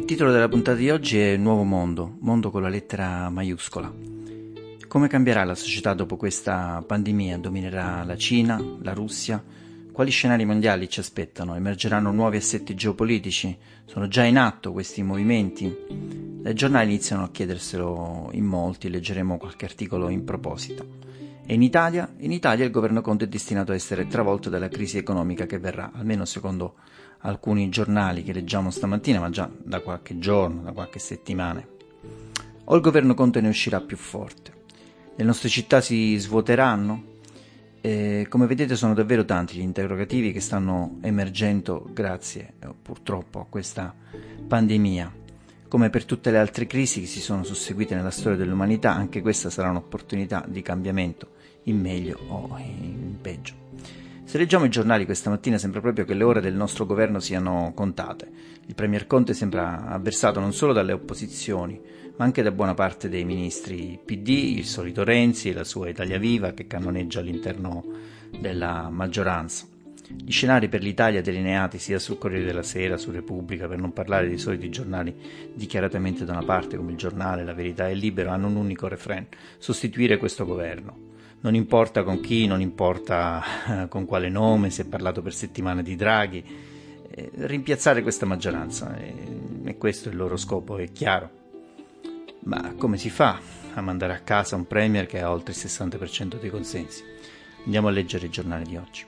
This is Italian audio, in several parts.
titolo della puntata di oggi è Nuovo mondo, mondo con la lettera maiuscola. Come cambierà la società dopo questa pandemia? Dominerà la Cina, la Russia? Quali scenari mondiali ci aspettano? Emergeranno nuovi assetti geopolitici? Sono già in atto questi movimenti? Dai giornali iniziano a chiederselo in molti, leggeremo qualche articolo in proposito. E in Italia? In Italia il governo Conte è destinato a essere travolto dalla crisi economica che verrà, almeno secondo alcuni giornali che leggiamo stamattina, ma già da qualche giorno, da qualche settimana. O il governo Conte ne uscirà più forte? Le nostre città si svuoteranno? Come vedete sono davvero tanti gli interrogativi che stanno emergendo grazie purtroppo a questa pandemia. Come per tutte le altre crisi che si sono susseguite nella storia dell'umanità, anche questa sarà un'opportunità di cambiamento, in meglio o in peggio. Se leggiamo i giornali questa mattina sembra proprio che le ore del nostro governo siano contate. Il Premier Conte sembra avversato non solo dalle opposizioni, ma anche da buona parte dei ministri PD, il solito Renzi e la sua Italia Viva che cannoneggia all'interno della maggioranza. Gli scenari per l'Italia delineati sia sul Corriere della Sera, su Repubblica, per non parlare dei soliti giornali dichiaratamente da una parte come il Giornale, La Verità e Libero, hanno un unico refrain: sostituire questo governo. Non importa con chi, non importa con quale nome, si è parlato per settimane di Draghi, rimpiazzare questa maggioranza, e questo è il loro scopo, è chiaro. Ma come si fa a mandare a casa un premier che ha oltre il 60% dei consensi? Andiamo a leggere i giornali di oggi.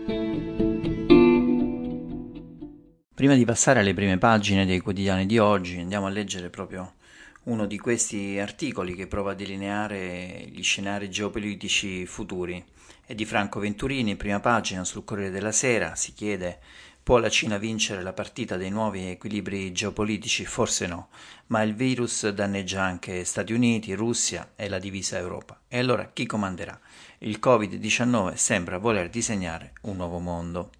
Prima di passare alle prime pagine dei quotidiani di oggi, andiamo a leggere proprio uno di questi articoli che prova a delineare gli scenari geopolitici futuri. È di Franco Venturini, prima pagina sul Corriere della Sera. Si chiede: può la Cina vincere la partita dei nuovi equilibri geopolitici? Forse no, ma il virus danneggia anche Stati Uniti, Russia e la divisa Europa. E allora chi comanderà? Il Covid-19 sembra voler disegnare un nuovo mondo.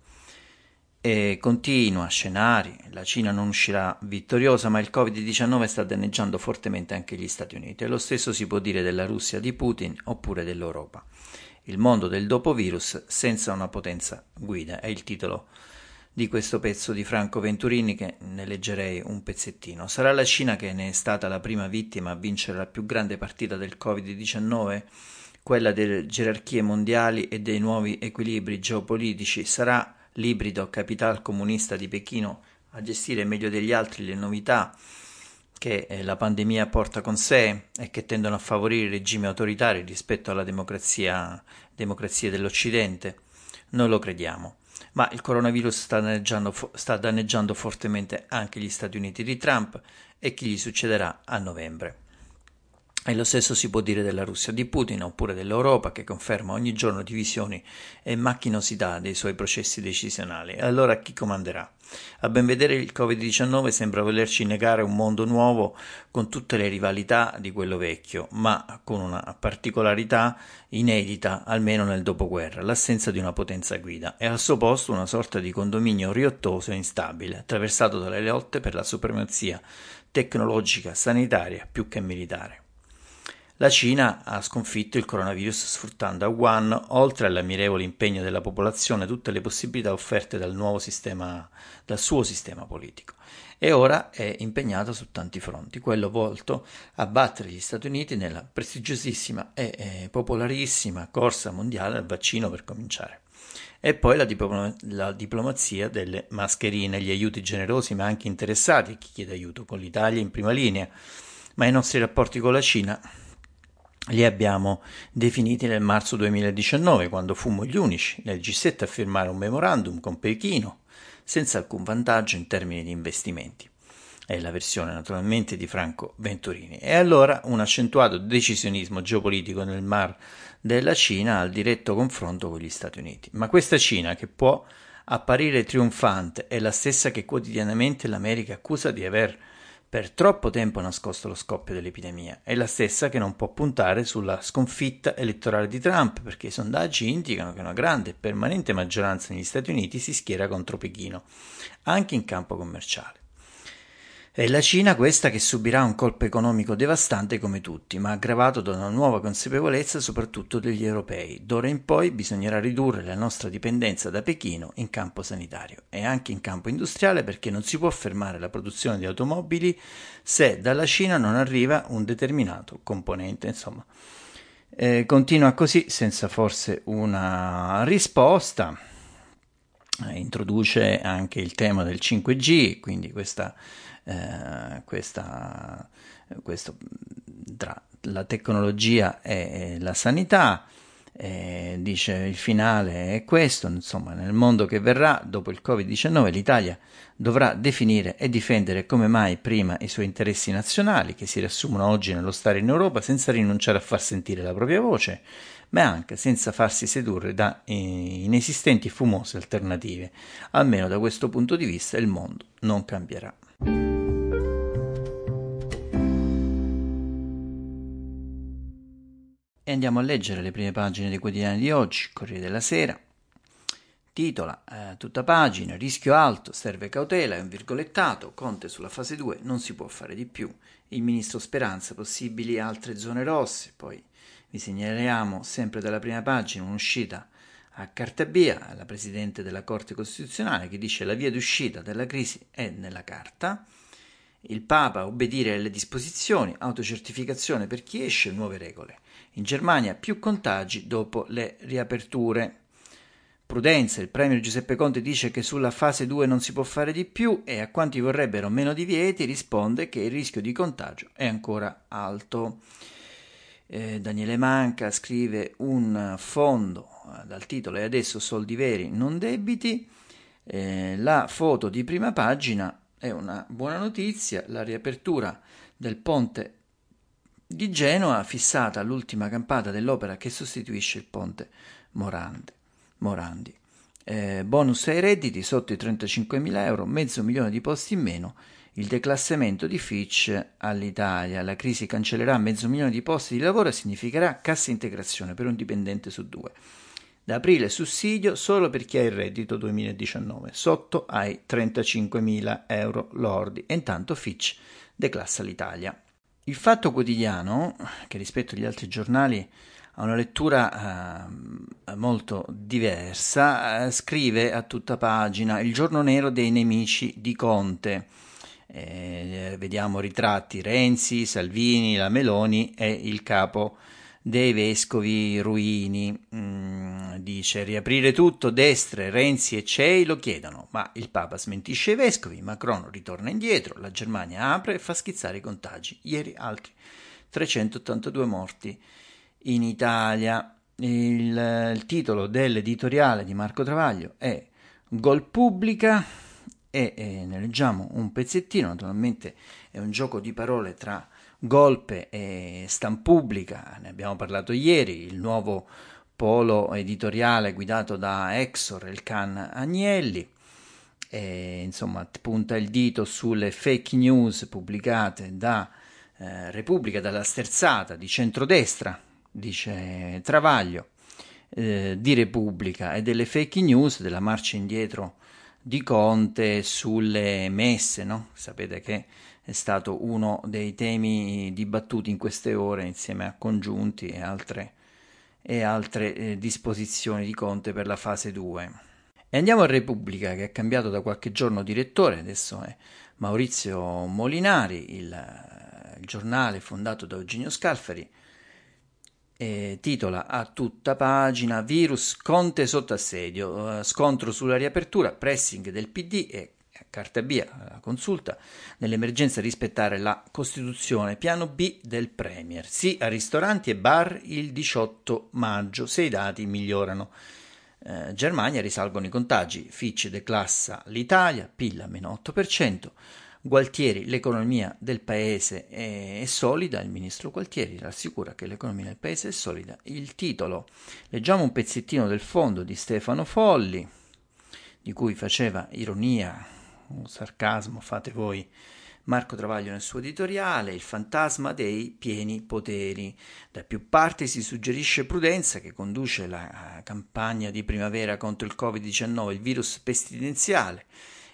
E continua, scenari, la Cina non uscirà vittoriosa, ma il Covid-19 sta danneggiando fortemente anche gli Stati Uniti, e lo stesso si può dire della Russia di Putin oppure dell'Europa. Il mondo del dopovirus senza una potenza guida è il titolo di questo pezzo di Franco Venturini, che ne leggerei un pezzettino. Sarà la Cina, che ne è stata la prima vittima, a vincere la più grande partita del Covid-19? Quella delle gerarchie mondiali e dei nuovi equilibri geopolitici? Sarà l'ibrido capital comunista di Pechino a gestire meglio degli altri le novità che la pandemia porta con sé e che tendono a favorire i regimi autoritari rispetto alla democrazie dell'Occidente? Noi lo crediamo. Ma il coronavirus sta danneggiando fortemente anche gli Stati Uniti di Trump e chi gli succederà a novembre. E lo stesso si può dire della Russia di Putin oppure dell'Europa, che conferma ogni giorno divisioni e macchinosità dei suoi processi decisionali. E allora chi comanderà? A ben vedere il Covid-19 sembra volerci negare un mondo nuovo con tutte le rivalità di quello vecchio, ma con una particolarità inedita almeno nel dopoguerra: l'assenza di una potenza guida, e al suo posto una sorta di condominio riottoso e instabile, attraversato dalle lotte per la supremazia tecnologica, sanitaria più che militare. La Cina ha sconfitto il coronavirus sfruttando a Wuhan, oltre all'ammirevole impegno della popolazione, tutte le possibilità offerte dal suo sistema politico, e ora è impegnata su tanti fronti: quello volto a battere gli Stati Uniti nella prestigiosissima e popolarissima corsa mondiale al vaccino, per cominciare. E poi la diplomazia delle mascherine, gli aiuti generosi ma anche interessati a chi chiede aiuto, con l'Italia in prima linea. Ma i nostri rapporti con la Cina li abbiamo definiti nel marzo 2019, quando fummo gli unici nel G7 a firmare un memorandum con Pechino, senza alcun vantaggio in termini di investimenti. È la versione naturalmente di Franco Venturini. E allora un accentuato decisionismo geopolitico nel mar della Cina al diretto confronto con gli Stati Uniti. Ma questa Cina, che può apparire trionfante, è la stessa che quotidianamente l'America accusa di aver per troppo tempo nascosto lo scoppio dell'epidemia. È la stessa che non può puntare sulla sconfitta elettorale di Trump, perché i sondaggi indicano che una grande e permanente maggioranza negli Stati Uniti si schiera contro Pechino, anche in campo commerciale. È la Cina questa che subirà un colpo economico devastante come tutti, ma aggravato da una nuova consapevolezza soprattutto degli europei. D'ora in poi bisognerà ridurre la nostra dipendenza da Pechino in campo sanitario e anche in campo industriale, perché non si può fermare la produzione di automobili se dalla Cina non arriva un determinato componente. Insomma, continua così senza forse una risposta. Introduce anche il tema del 5G, quindi questo tra la tecnologia e la sanità. Dice il finale è questo: insomma, nel mondo che verrà dopo il Covid-19 l'Italia dovrà definire e difendere come mai prima i suoi interessi nazionali, che si riassumono oggi nello stare in Europa senza rinunciare a far sentire la propria voce, ma anche senza farsi sedurre da inesistenti e fumose alternative. Almeno da questo punto di vista il mondo non cambierà. E andiamo a leggere le prime pagine dei quotidiani di oggi. Corriere della Sera titola tutta pagina: rischio alto, serve cautela, è un virgolettato, Conte sulla fase 2, non si può fare di più, il ministro Speranza, possibili altre zone rosse. Poi vi segnaliamo sempre dalla prima pagina un'uscita a Cartabia, la Presidente della Corte Costituzionale, che dice: la via d'uscita dalla crisi è nella carta. Il Papa, obbedire alle disposizioni, autocertificazione per chi esce, nuove regole. In Germania più contagi dopo le riaperture. Prudenza, il premier Giuseppe Conte dice che sulla fase 2 non si può fare di più e a quanti vorrebbero meno divieti risponde che il rischio di contagio è ancora alto. Daniele Manca scrive un fondo dal titolo "E adesso soldi veri, non debiti". La foto di prima pagina è una buona notizia: la riapertura del ponte di Genova, fissata all'ultima campata dell'opera che sostituisce il ponte Morandi. Bonus ai redditi sotto i 35.000 euro, 500.000 di posti in meno. Il declassamento di Fitch all'Italia: la crisi cancellerà 500.000 di posti di lavoro e significherà cassa integrazione per un dipendente su 2. Da aprile sussidio solo per chi ha il reddito 2019 sotto ai 35.000 euro lordi, e intanto Fitch declassa l'Italia. Il Fatto Quotidiano, che rispetto agli altri giornali ha una lettura molto diversa, scrive a tutta pagina: il giorno nero dei nemici di Conte. Vediamo ritratti: Renzi, Salvini, la Meloni e il capo dei vescovi Ruini. Dice: riaprire tutto, destre, Renzi e CEI lo chiedono, ma il Papa smentisce i vescovi, Macron ritorna indietro, la Germania apre e fa schizzare i contagi. Ieri altri 382 morti in Italia. Il titolo dell'editoriale di Marco Travaglio è Gol Pubblica e ne leggiamo un pezzettino. Naturalmente è un gioco di parole tra golpe e Stampubblica, ne abbiamo parlato ieri, il nuovo polo editoriale guidato da Exor, il Can Agnelli. Insomma, punta il dito sulle fake news pubblicate da Repubblica, dalla sterzata di centrodestra, dice Travaglio, di Repubblica, e delle fake news, della marcia indietro di Conte sulle messe, no? Sapete che è stato uno dei temi dibattuti in queste ore insieme a congiunti e altre disposizioni di Conte per la fase 2. E andiamo a Repubblica, che ha cambiato da qualche giorno direttore, adesso è Maurizio Molinari, il giornale fondato da Eugenio Scalfari. Titola a tutta pagina: virus, Conte sotto assedio, scontro sulla riapertura, pressing del PD e Cartabia, la consulta, nell'emergenza rispettare la Costituzione, piano B del Premier, sì a ristoranti e bar il 18 maggio se i dati migliorano. Germania, risalgono i contagi, Fitch declassa l'Italia, PIL a meno 8%, Gualtieri, l'economia del paese è solida, il ministro Gualtieri rassicura che l'economia del paese è solida. Il titolo, leggiamo un pezzettino del fondo di Stefano Folli, di cui faceva ironia, sarcasmo, fate voi, Marco Travaglio nel suo editoriale: il fantasma dei pieni poteri. Da più parti si suggerisce prudenza, che conduce la campagna di primavera contro il Covid-19, il virus pestidenziale,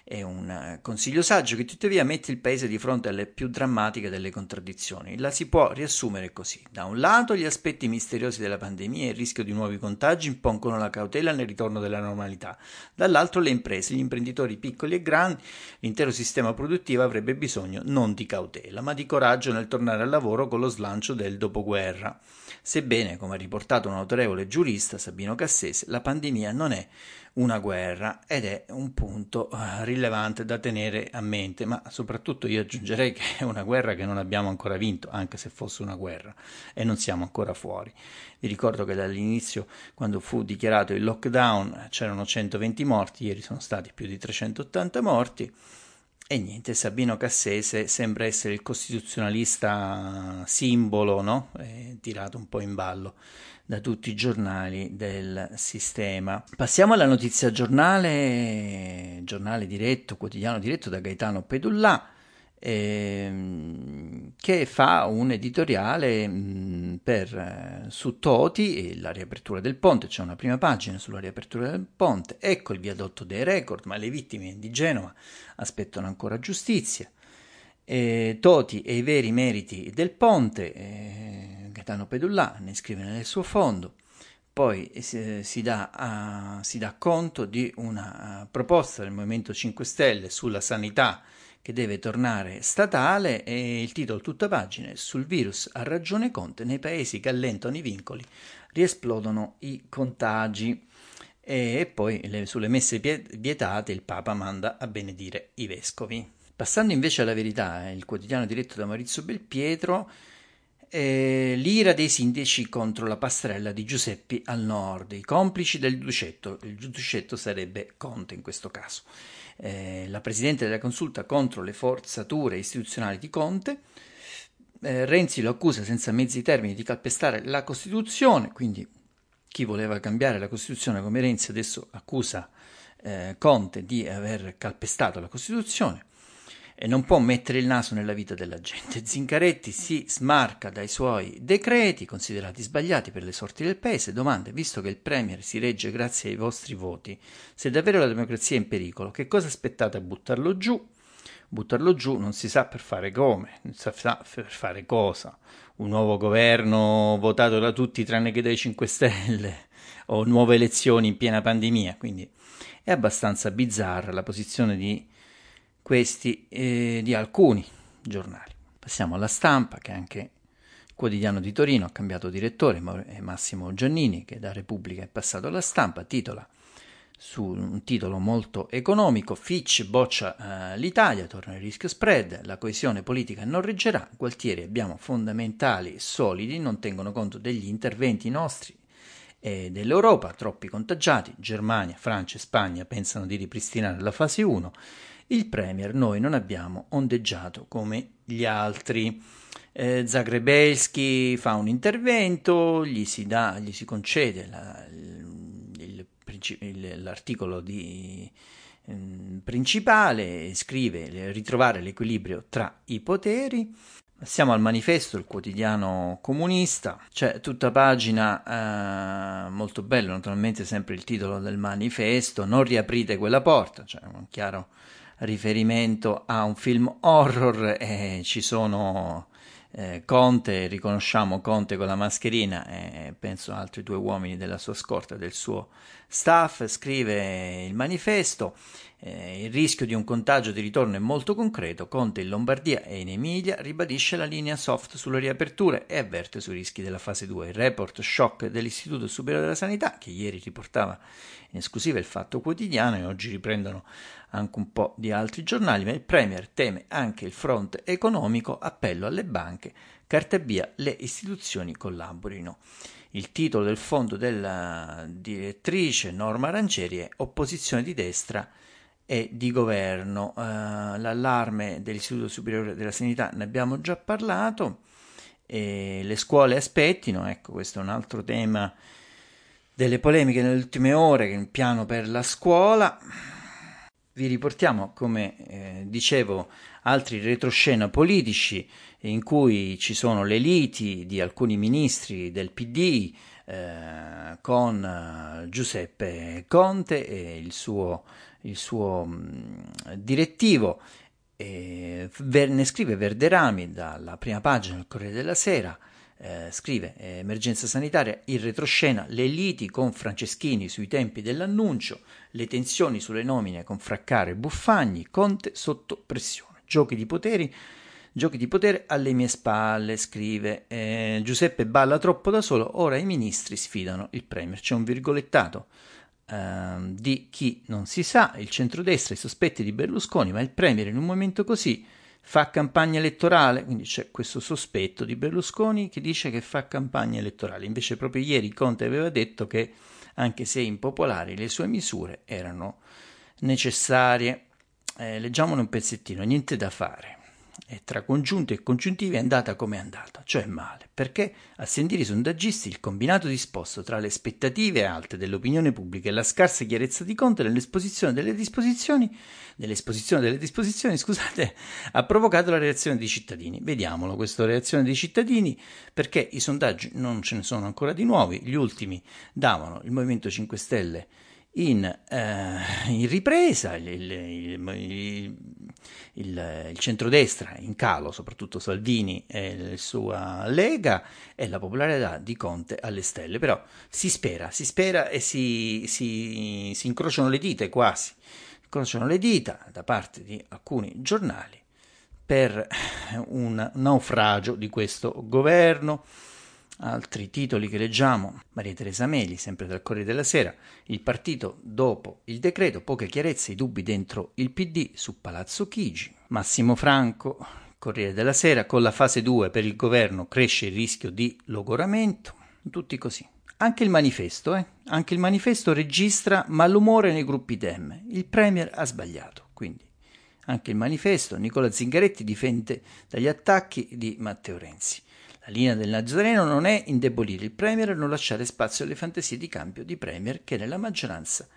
È un consiglio saggio che tuttavia mette il paese di fronte alle più drammatiche delle contraddizioni. La si può riassumere così. Da un lato gli aspetti misteriosi della pandemia e il rischio di nuovi contagi impongono la cautela nel ritorno della normalità. Dall'altro le imprese, gli imprenditori piccoli e grandi, l'intero sistema produttivo avrebbe bisogno non di cautela, ma di coraggio nel tornare al lavoro con lo slancio del dopoguerra. Sebbene, come ha riportato un autorevole giurista, Sabino Cassese, la pandemia non è una guerra ed è un punto rilevante da tenere a mente, ma soprattutto io aggiungerei che è una guerra che non abbiamo ancora vinto, anche se fosse una guerra, e non siamo ancora fuori. Vi ricordo che dall'inizio, quando fu dichiarato il lockdown, c'erano 120 morti, ieri sono stati più di 380 morti. E niente, Sabino Cassese sembra essere il costituzionalista simbolo, no? Tirato un po' in ballo da tutti i giornali del sistema. Passiamo alla notizia giornale diretto, quotidiano diretto da Gaetano Pedullà, che fa un editoriale su Toti e la riapertura del ponte. C'è una prima pagina sulla riapertura del ponte. Ecco il viadotto dei record, ma le vittime di Genova aspettano ancora giustizia. Toti e i veri meriti del ponte, Gaetano Pedullà ne scrive nel suo fondo. Poi si dà conto di una proposta del Movimento 5 Stelle sulla sanità che deve tornare statale, e il titolo tutta pagina è: sul virus ha ragione Conte, nei paesi che allentano i vincoli riesplodono i contagi. E poi sulle messe vietate il Papa manda a benedire i vescovi. Passando invece alla Verità, il quotidiano diretto da Maurizio Belpietro, l'ira dei sindaci contro la passerella di Giuseppi al nord, i complici del Ducetto. Il Ducetto sarebbe Conte in questo caso. La Presidente della Consulta contro le forzature istituzionali di Conte. Renzi lo accusa senza mezzi termini di calpestare la Costituzione, quindi chi voleva cambiare la Costituzione come Renzi adesso accusa Conte di aver calpestato la Costituzione. E non può mettere il naso nella vita della gente. Zingaretti si smarca dai suoi decreti, considerati sbagliati per le sorti del paese. Domanda: visto che il Premier si regge grazie ai vostri voti, se davvero la democrazia è in pericolo, che cosa aspettate a buttarlo giù? Buttarlo giù non si sa per fare come, non si sa per fare cosa. Un nuovo governo votato da tutti tranne che dai 5 Stelle, o nuove elezioni in piena pandemia. Quindi è abbastanza bizzarra la posizione di alcuni giornali. Passiamo alla Stampa, che anche il quotidiano di Torino ha cambiato direttore. Massimo Giannini, che da Repubblica è passato alla Stampa, titola su un titolo molto economico: Fitch boccia l'Italia, torna il rischio spread, la coesione politica non reggerà, Gualtieri: abbiamo fondamentali solidi, non tengono conto degli interventi nostri e dell'Europa, troppi contagiati, Germania, Francia e Spagna pensano di ripristinare la fase 1, il Premier: noi non abbiamo ondeggiato come gli altri. Zagrebelski fa un intervento, gli si concede l'articolo principale, scrive: ritrovare l'equilibrio tra i poteri. Passiamo al Manifesto, il quotidiano comunista. C'è tutta pagina, molto bello naturalmente, sempre il titolo del Manifesto: non riaprite quella porta. Cioè un chiaro riferimento a un film horror, e ci sono Conte, riconosciamo Conte con la mascherina, e penso altri 2 uomini della sua scorta, del suo staff. Scrive il Manifesto: il rischio di un contagio di ritorno è molto concreto, Conte in Lombardia e in Emilia ribadisce la linea soft sulle riaperture e avverte sui rischi della fase 2. Il report shock dell'Istituto Superiore della Sanità, che ieri riportava in esclusiva il Fatto Quotidiano, e oggi riprendono anche un po' di altri giornali, ma il Premier teme anche il fronte economico, appello alle banche, carta via, le istituzioni collaborino. Il titolo del fondo della direttrice Norma Rangieri è Opposizione di destra e di governo. L'allarme dell'Istituto Superiore della Sanità ne abbiamo già parlato. Le scuole aspettino, ecco, questo è un altro tema delle polemiche nelle ultime ore, il piano per la scuola. Vi riportiamo, come dicevo, altri retroscena politici in cui ci sono le liti di alcuni ministri del PD con Giuseppe Conte e il suo direttivo. Ne scrive Verderami dalla prima pagina del Corriere della Sera. Scrive emergenza sanitaria, in retroscena le liti con Franceschini sui tempi dell'annuncio, le tensioni sulle nomine con Fraccaro e Buffagni, Conte sotto pressione, giochi di potere alle mie spalle, scrive Giuseppe balla troppo da solo, ora i ministri sfidano il Premier. C'è un virgolettato di chi non si sa, il centrodestra, i sospetti di Berlusconi, ma il Premier in un momento così fa campagna elettorale, quindi c'è questo sospetto di Berlusconi che dice che fa campagna elettorale. Invece proprio ieri Conte aveva detto che, anche se impopolari, le sue misure erano necessarie. Leggiamone un pezzettino. Niente da fare. E tra congiunti e congiuntivi è andata come è andata, cioè male, perché a sentire i sondaggisti il combinato disposto tra le aspettative alte dell'opinione pubblica e la scarsa chiarezza di Conte nell'esposizione delle disposizioni, scusate, ha provocato la reazione dei cittadini. Vediamolo, questa reazione dei cittadini, perché i sondaggi non ce ne sono ancora di nuovi, gli ultimi davano il Movimento 5 Stelle in ripresa, il centrodestra in calo, soprattutto Salvini e la sua Lega, e la popolarità di Conte alle stelle. Però si spera e si incrociano le dita quasi, da parte di alcuni giornali per un naufragio di questo governo. Altri titoli che leggiamo: Maria Teresa Meli, sempre dal Corriere della Sera, il partito dopo il decreto, poche chiarezze, i dubbi dentro il PD su Palazzo Chigi. Massimo Franco, Corriere della Sera, con la fase 2 per il governo cresce il rischio di logoramento. Tutti così. Anche il manifesto registra malumore nei gruppi Dem, il Premier ha sbagliato, quindi anche il manifesto. Nicola Zingaretti difende dagli attacchi di Matteo Renzi. La linea del Nazareno non è indebolire il Premier e non lasciare spazio alle fantasie di cambio di Premier che nella maggioranza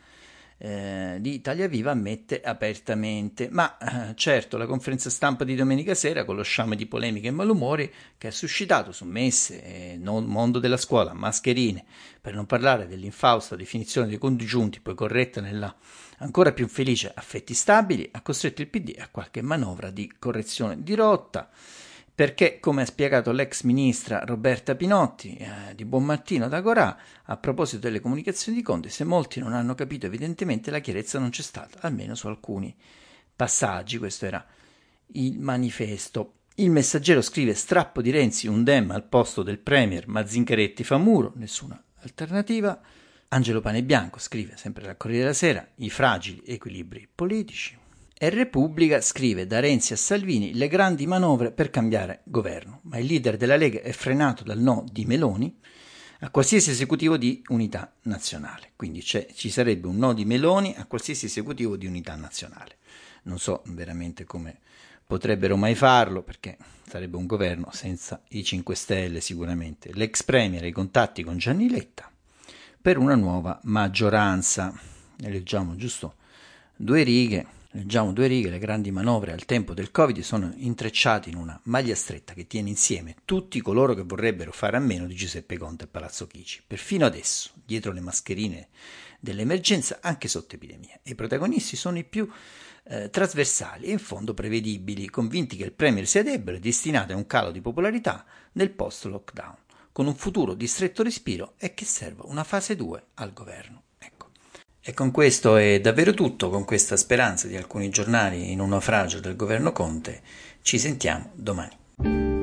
di Italia Viva ammette apertamente. Ma certo, la conferenza stampa di domenica sera, con lo sciame di polemiche e malumori che ha suscitato su messe, mondo della scuola, mascherine, per non parlare dell'infausta definizione dei conti giunti, poi corretta nella ancora più infelice affetti stabili, ha costretto il PD a qualche manovra di correzione di rotta. Perché, come ha spiegato l'ex ministra Roberta Pinotti di Buonmattino ad Agorà, a proposito delle comunicazioni di Conte, se molti non hanno capito, evidentemente la chiarezza non c'è stata, almeno su alcuni passaggi. Questo era il manifesto. Il Messaggero scrive: strappo di Renzi, un Dem al posto del Premier, ma Zingaretti fa muro, nessuna alternativa. Angelo Panebianco scrive, sempre dal Corriere della Sera, i fragili equilibri politici. E Repubblica scrive: da Renzi a Salvini le grandi manovre per cambiare governo, ma il leader della Lega è frenato dal no di Meloni a qualsiasi esecutivo di unità nazionale. Quindi ci sarebbe un no di Meloni a qualsiasi esecutivo di unità nazionale. Non so veramente come potrebbero mai farlo, perché sarebbe un governo senza i 5 Stelle sicuramente. L'ex Premier ha i contatti con Gianni Letta per una nuova maggioranza. Ne leggiamo giusto due righe. Le grandi manovre al tempo del Covid sono intrecciate in una maglia stretta che tiene insieme tutti coloro che vorrebbero fare a meno di Giuseppe Conte e Palazzo Chigi. Perfino adesso, dietro le mascherine dell'emergenza, anche sotto epidemia. E i protagonisti sono i più trasversali e in fondo prevedibili, convinti che il Premier sia debole e destinato a un calo di popolarità nel post-lockdown, con un futuro di stretto respiro e che serva una fase 2 al governo. E con questo è davvero tutto, con questa speranza di alcuni giornali in un naufragio del governo Conte. Ci sentiamo domani.